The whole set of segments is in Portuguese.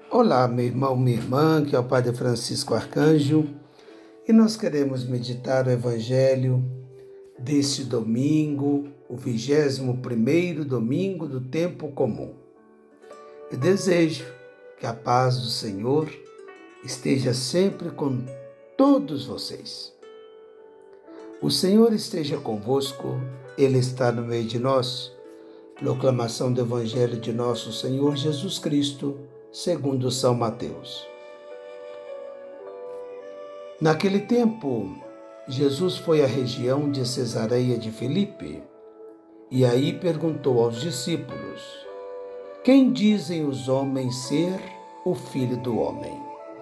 Olá, meu irmão, minha irmã, que é o Padre Francisco Arcanjo, e nós queremos meditar o Evangelho deste domingo, o 21º domingo do tempo comum. Eu desejo que a paz do Senhor esteja sempre com todos vocês. O Senhor esteja convosco, Ele está no meio de nós. Proclamação do Evangelho de nosso Senhor Jesus Cristo, segundo São Mateus. Naquele tempo, Jesus foi à região de Cesareia de Filipe e aí perguntou aos discípulos: Quem dizem os homens ser o Filho do Homem?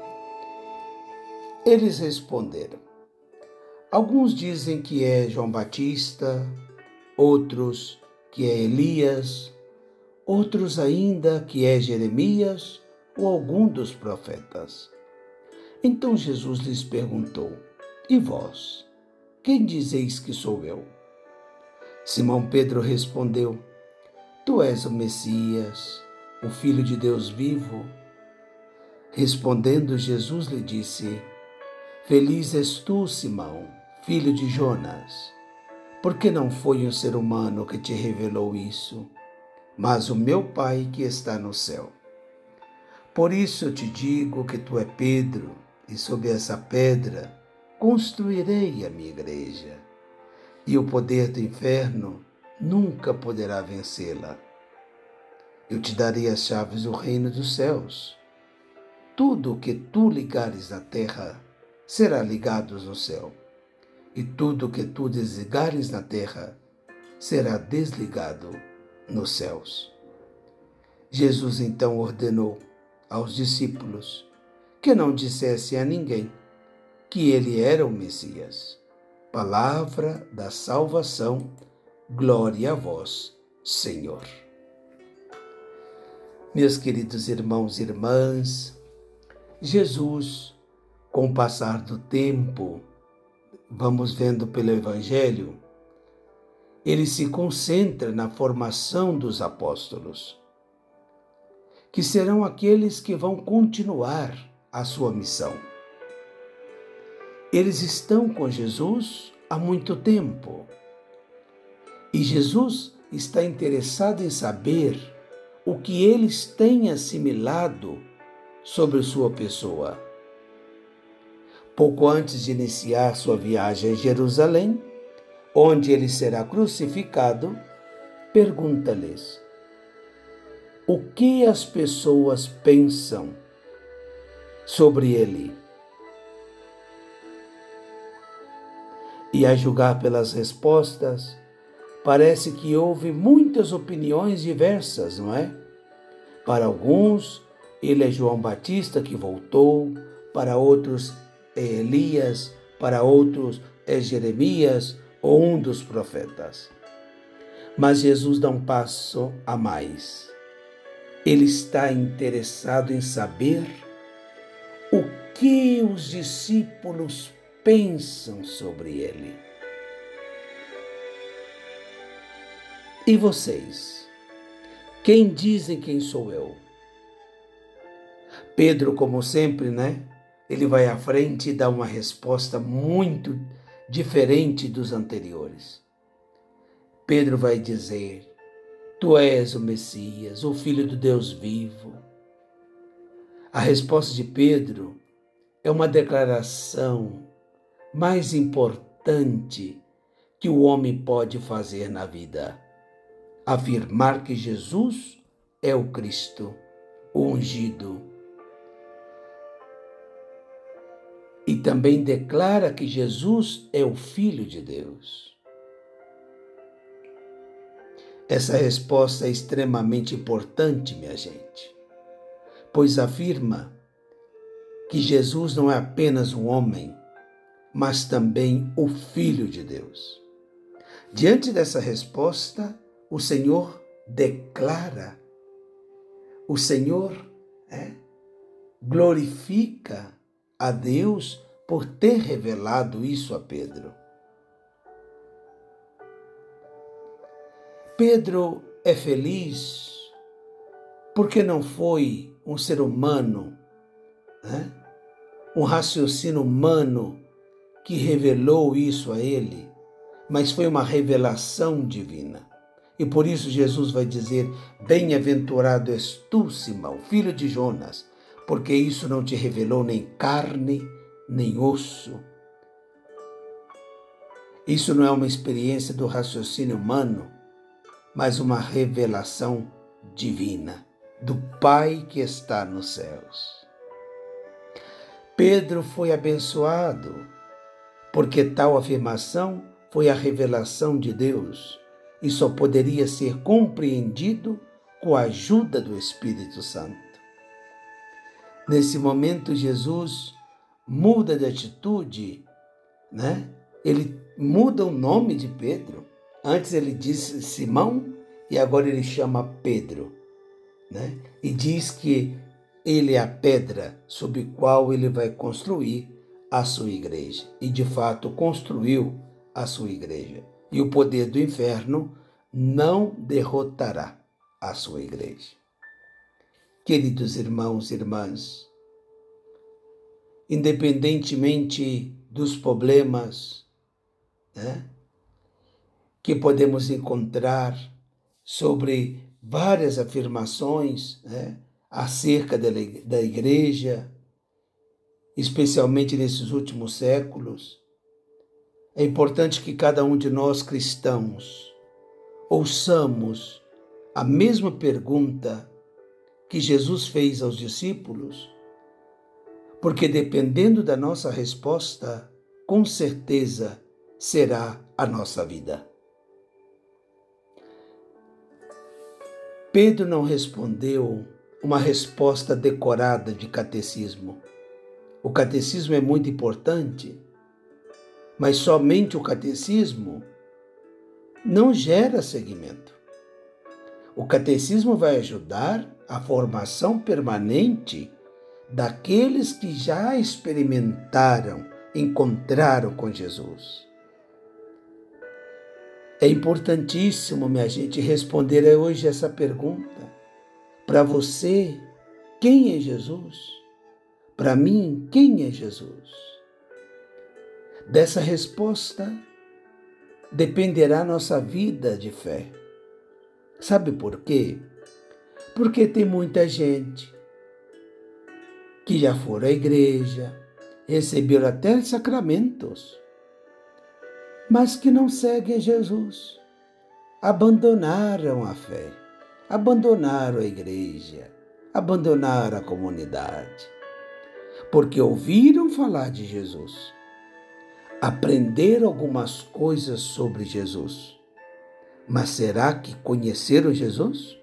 Eles responderam: Alguns dizem que é João Batista, outros que é Elias, outros ainda que é Jeremias ou algum dos profetas. Então Jesus lhes perguntou: E vós, quem dizeis que sou eu? Simão Pedro respondeu: Tu és o Messias, o Filho de Deus vivo. Respondendo Jesus lhe disse: Feliz és tu, Simão, filho de Jonas, porque não foi um ser humano que te revelou isso, mas o meu Pai que está no céu. Por isso eu te digo que tu é Pedro, e sobre essa pedra construirei a minha igreja, e o poder do inferno nunca poderá vencê-la. Eu te darei as chaves do reino dos céus. Tudo o que tu ligares na terra será ligado no céu, e tudo o que tu desligares na terra será desligado nos céus. Jesus então ordenou aos discípulos que não dissessem a ninguém que ele era o Messias. Palavra da salvação, glória a vós, Senhor. Meus queridos irmãos e irmãs, Jesus, com o passar do tempo, vamos vendo pelo Evangelho, ele se concentra na formação dos apóstolos, que serão aqueles que vão continuar a sua missão. Eles estão com Jesus há muito tempo e Jesus está interessado em saber o que eles têm assimilado sobre sua pessoa. Pouco antes de iniciar sua viagem a Jerusalém, onde ele será crucificado, pergunta-lhes: O que as pessoas pensam sobre ele? E a julgar pelas respostas, parece que houve muitas opiniões diversas, não é? Para alguns, ele é João Batista que voltou, para outros é Elias, para outros é Jeremias ou um dos profetas. Mas Jesus dá um passo a mais. Ele está interessado em saber o que os discípulos pensam sobre ele. E vocês? Quem dizem quem sou eu? Pedro, como sempre, né? Ele vai à frente e dá uma resposta muito diferente dos anteriores. Pedro vai dizer: Tu és o Messias, o Filho do Deus vivo. A resposta de Pedro é uma declaração mais importante que o homem pode fazer na vida. Afirmar que Jesus é o Cristo, o ungido. E também declara que Jesus é o Filho de Deus. Essa resposta é extremamente importante, minha gente, pois afirma que Jesus não é apenas um homem, mas também o Filho de Deus. Diante dessa resposta, o Senhor declara, o Senhor glorifica a Deus por ter revelado isso a Pedro. Pedro é feliz Porque não foi um ser humano, né? Um raciocínio humano que revelou isso a ele, mas foi uma revelação divina. E por isso Jesus vai dizer: bem-aventurado és tu, Simão, filho de Jonas, porque isso não te revelou nem carne, nem osso. Isso não é uma experiência do raciocínio humano, mas uma revelação divina do Pai que está nos céus. Pedro foi abençoado, porque tal afirmação foi a revelação de Deus e só poderia ser compreendido com a ajuda do Espírito Santo. Nesse momento, Jesus muda de atitude, né? Ele muda o nome de Pedro. Antes ele disse Simão e agora ele chama Pedro, né? E diz que ele é a pedra sobre a qual ele vai construir a sua igreja. E de fato construiu a sua igreja. E o poder do inferno não derrotará a sua igreja. Queridos irmãos e irmãs, independentemente dos problemas, né, que podemos encontrar sobre várias afirmações, né, acerca da igreja, especialmente nesses últimos séculos, é importante que cada um de nós cristãos ouçamos a mesma pergunta que Jesus fez aos discípulos, porque dependendo da nossa resposta, com certeza será a nossa vida. Pedro não respondeu uma resposta decorada de catecismo. O catecismo é muito importante, mas somente o catecismo não gera seguimento. O catecismo vai ajudar a formação permanente daqueles que já experimentaram, encontraram com Jesus. É importantíssimo, minha gente, responder hoje essa pergunta. Para você, quem é Jesus? Para mim, quem é Jesus? Dessa resposta dependerá nossa vida de fé. Sabe por quê? Porque tem muita gente que já foram à igreja, receberam até sacramentos, mas que não seguem Jesus. Abandonaram a fé, abandonaram a igreja, abandonaram a comunidade, porque ouviram falar de Jesus, aprenderam algumas coisas sobre Jesus, mas será que conheceram Jesus?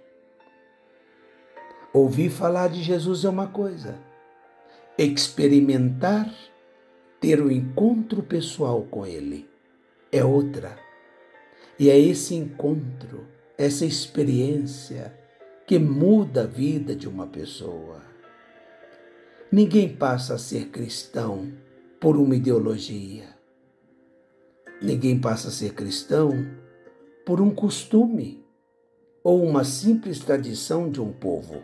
Ouvir falar de Jesus é uma coisa, experimentar, ter um encontro pessoal com Ele é outra. E é esse encontro, essa experiência que muda a vida de uma pessoa. Ninguém passa a ser cristão por uma ideologia. Ninguém passa a ser cristão por um costume ou uma simples tradição de um povo.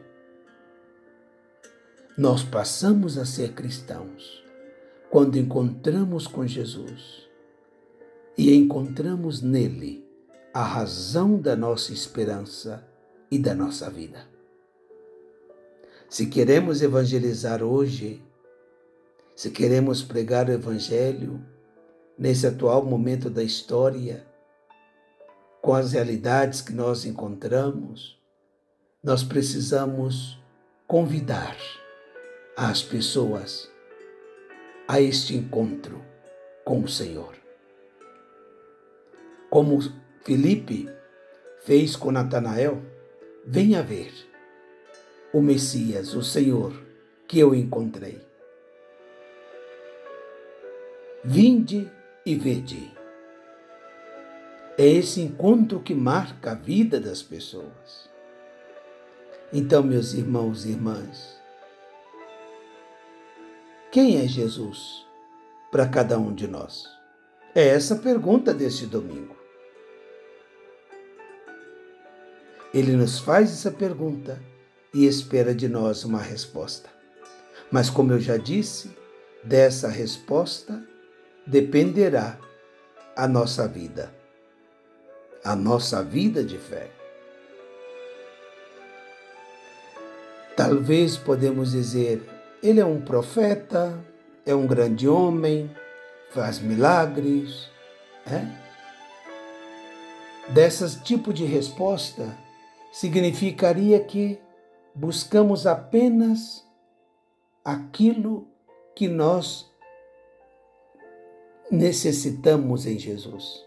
Nós passamos a ser cristãos quando encontramos com Jesus e encontramos nele a razão da nossa esperança e da nossa vida. Se queremos evangelizar hoje, se queremos pregar o evangelho nesse atual momento da história, com as realidades que nós encontramos, nós precisamos convidar as pessoas a este encontro com o Senhor. Como Filipe fez com Natanael, venha ver o Messias, o Senhor, que eu encontrei. Vinde e vede. É esse encontro que marca a vida das pessoas. Então, meus irmãos e irmãs, quem é Jesus para cada um de nós? É essa a pergunta deste domingo. Ele nos faz essa pergunta e espera de nós uma resposta. Mas, como eu já disse, dessa resposta dependerá a nossa vida de fé. Talvez podemos dizer, ele é um profeta, é um grande homem, faz milagres, Dessas tipo de resposta significaria que buscamos apenas aquilo que nós necessitamos em Jesus.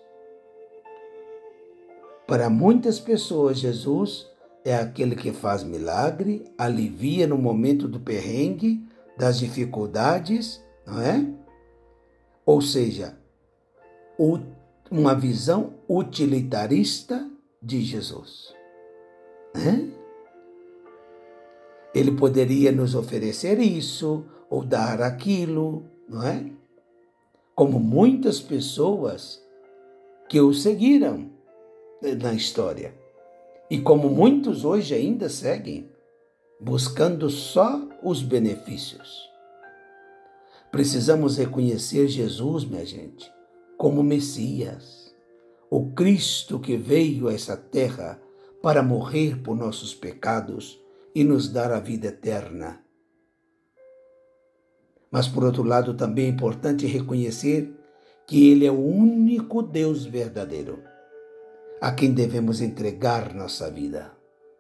Para muitas pessoas, Jesus é aquele que faz milagre, alivia no momento do perrengue, das dificuldades, não é? Ou seja, uma visão utilitarista de Jesus. Ele poderia nos oferecer isso ou dar aquilo, não é? Como muitas pessoas que o seguiram na história. E como muitos hoje ainda seguem, buscando só os benefícios. Precisamos reconhecer Jesus, minha gente, como Messias, o Cristo que veio a essa terra para morrer por nossos pecados e nos dar a vida eterna. Mas, por outro lado, também é importante reconhecer que Ele é o único Deus verdadeiro, a quem devemos entregar nossa vida.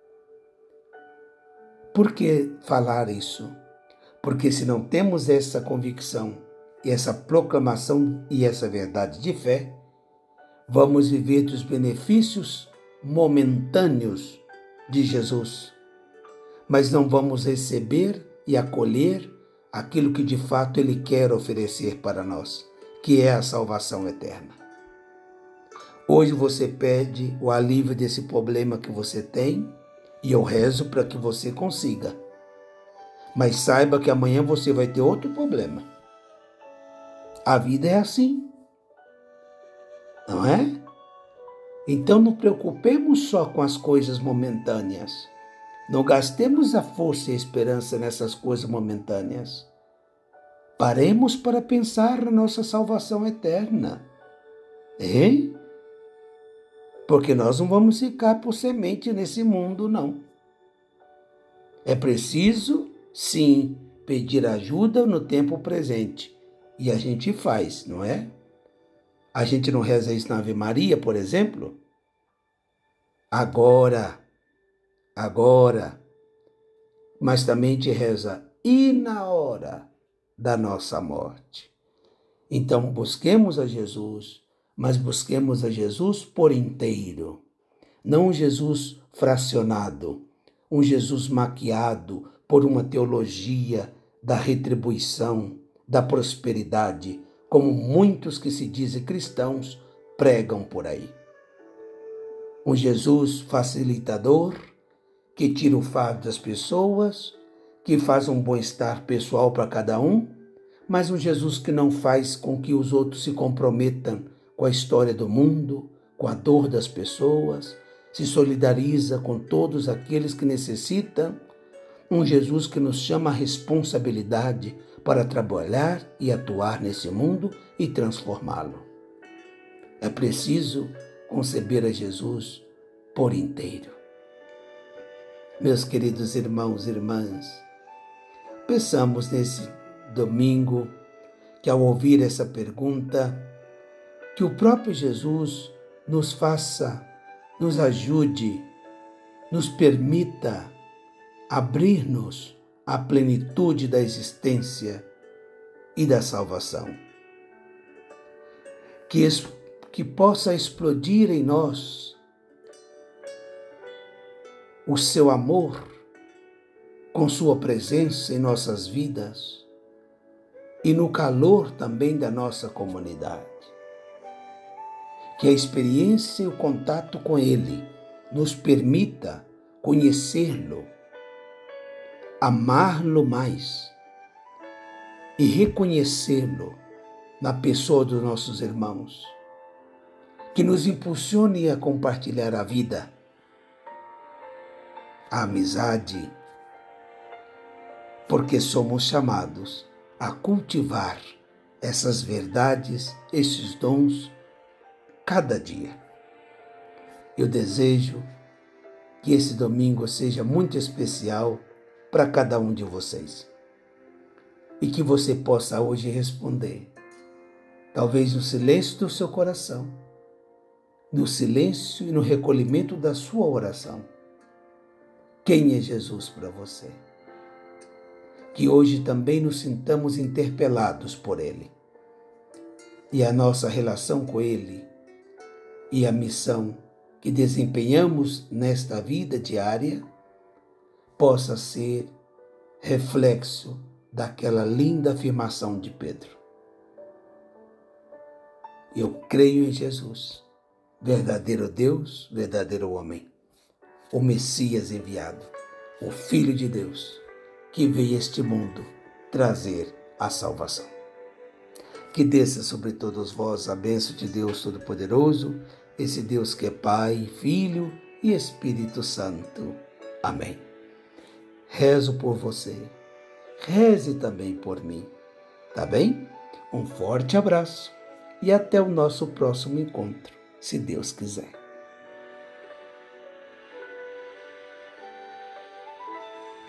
Por que falar isso? Porque se não temos essa convicção, e essa proclamação e essa verdade de fé, vamos viver dos benefícios momentâneos de Jesus, mas não vamos receber e acolher aquilo que de fato Ele quer oferecer para nós, que é a salvação eterna. Hoje você pede o alívio desse problema que você tem e eu rezo para que você consiga. Mas saiba que amanhã você vai ter outro problema. A vida é assim, não é? Então não preocupemos só com as coisas momentâneas. Não gastemos a força e a esperança nessas coisas momentâneas. Paremos para pensar na nossa salvação eterna. Porque nós não vamos ficar por semente nesse mundo, não. É preciso, sim, pedir ajuda no tempo presente. E a gente faz, não é? A gente não reza isso na Ave Maria, por exemplo? Agora, mas também te reza e na hora da nossa morte. Então, busquemos a Jesus, mas busquemos a Jesus por inteiro. Não um Jesus fracionado, um Jesus maquiado por uma teologia da retribuição, da prosperidade, como muitos que se dizem cristãos pregam por aí. Um Jesus facilitador, que tira o fardo das pessoas, que faz um bem-estar pessoal para cada um, mas um Jesus que não faz com que os outros se comprometam com a história do mundo, com a dor das pessoas, se solidariza com todos aqueles que necessitam. Um Jesus que nos chama a responsabilidade para trabalhar e atuar nesse mundo e transformá-lo. É preciso conceber a Jesus por inteiro. Meus queridos irmãos e irmãs, pensamos nesse domingo que, ao ouvir essa pergunta, que o próprio Jesus nos faça, nos ajude, nos permita abrir-nos à plenitude da existência e da salvação. Que possa explodir em nós o seu amor com sua presença em nossas vidas e no calor também da nossa comunidade. Que a experiência e o contato com Ele nos permita conhecê-lo, amá-lo mais e reconhecê-lo na pessoa dos nossos irmãos. Que nos impulsione a compartilhar a vida, a amizade, porque somos chamados a cultivar essas verdades, esses dons, cada dia. Eu desejo que esse domingo seja muito especial para cada um de vocês e que você possa hoje responder, talvez no silêncio do seu coração, no silêncio e no recolhimento da sua oração. Quem é Jesus para você? Que hoje também nos sintamos interpelados por Ele. E a nossa relação com Ele e a missão que desempenhamos nesta vida diária possa ser reflexo daquela linda afirmação de Pedro. Eu creio em Jesus, verdadeiro Deus, verdadeiro homem, o Messias enviado, o Filho de Deus, que veio a este mundo trazer a salvação. Que desça sobre todos vós a bênção de Deus Todo-Poderoso, esse Deus que é Pai, Filho e Espírito Santo. Amém. Rezo por você, reze também por mim, tá bem? Um forte abraço e até o nosso próximo encontro, se Deus quiser.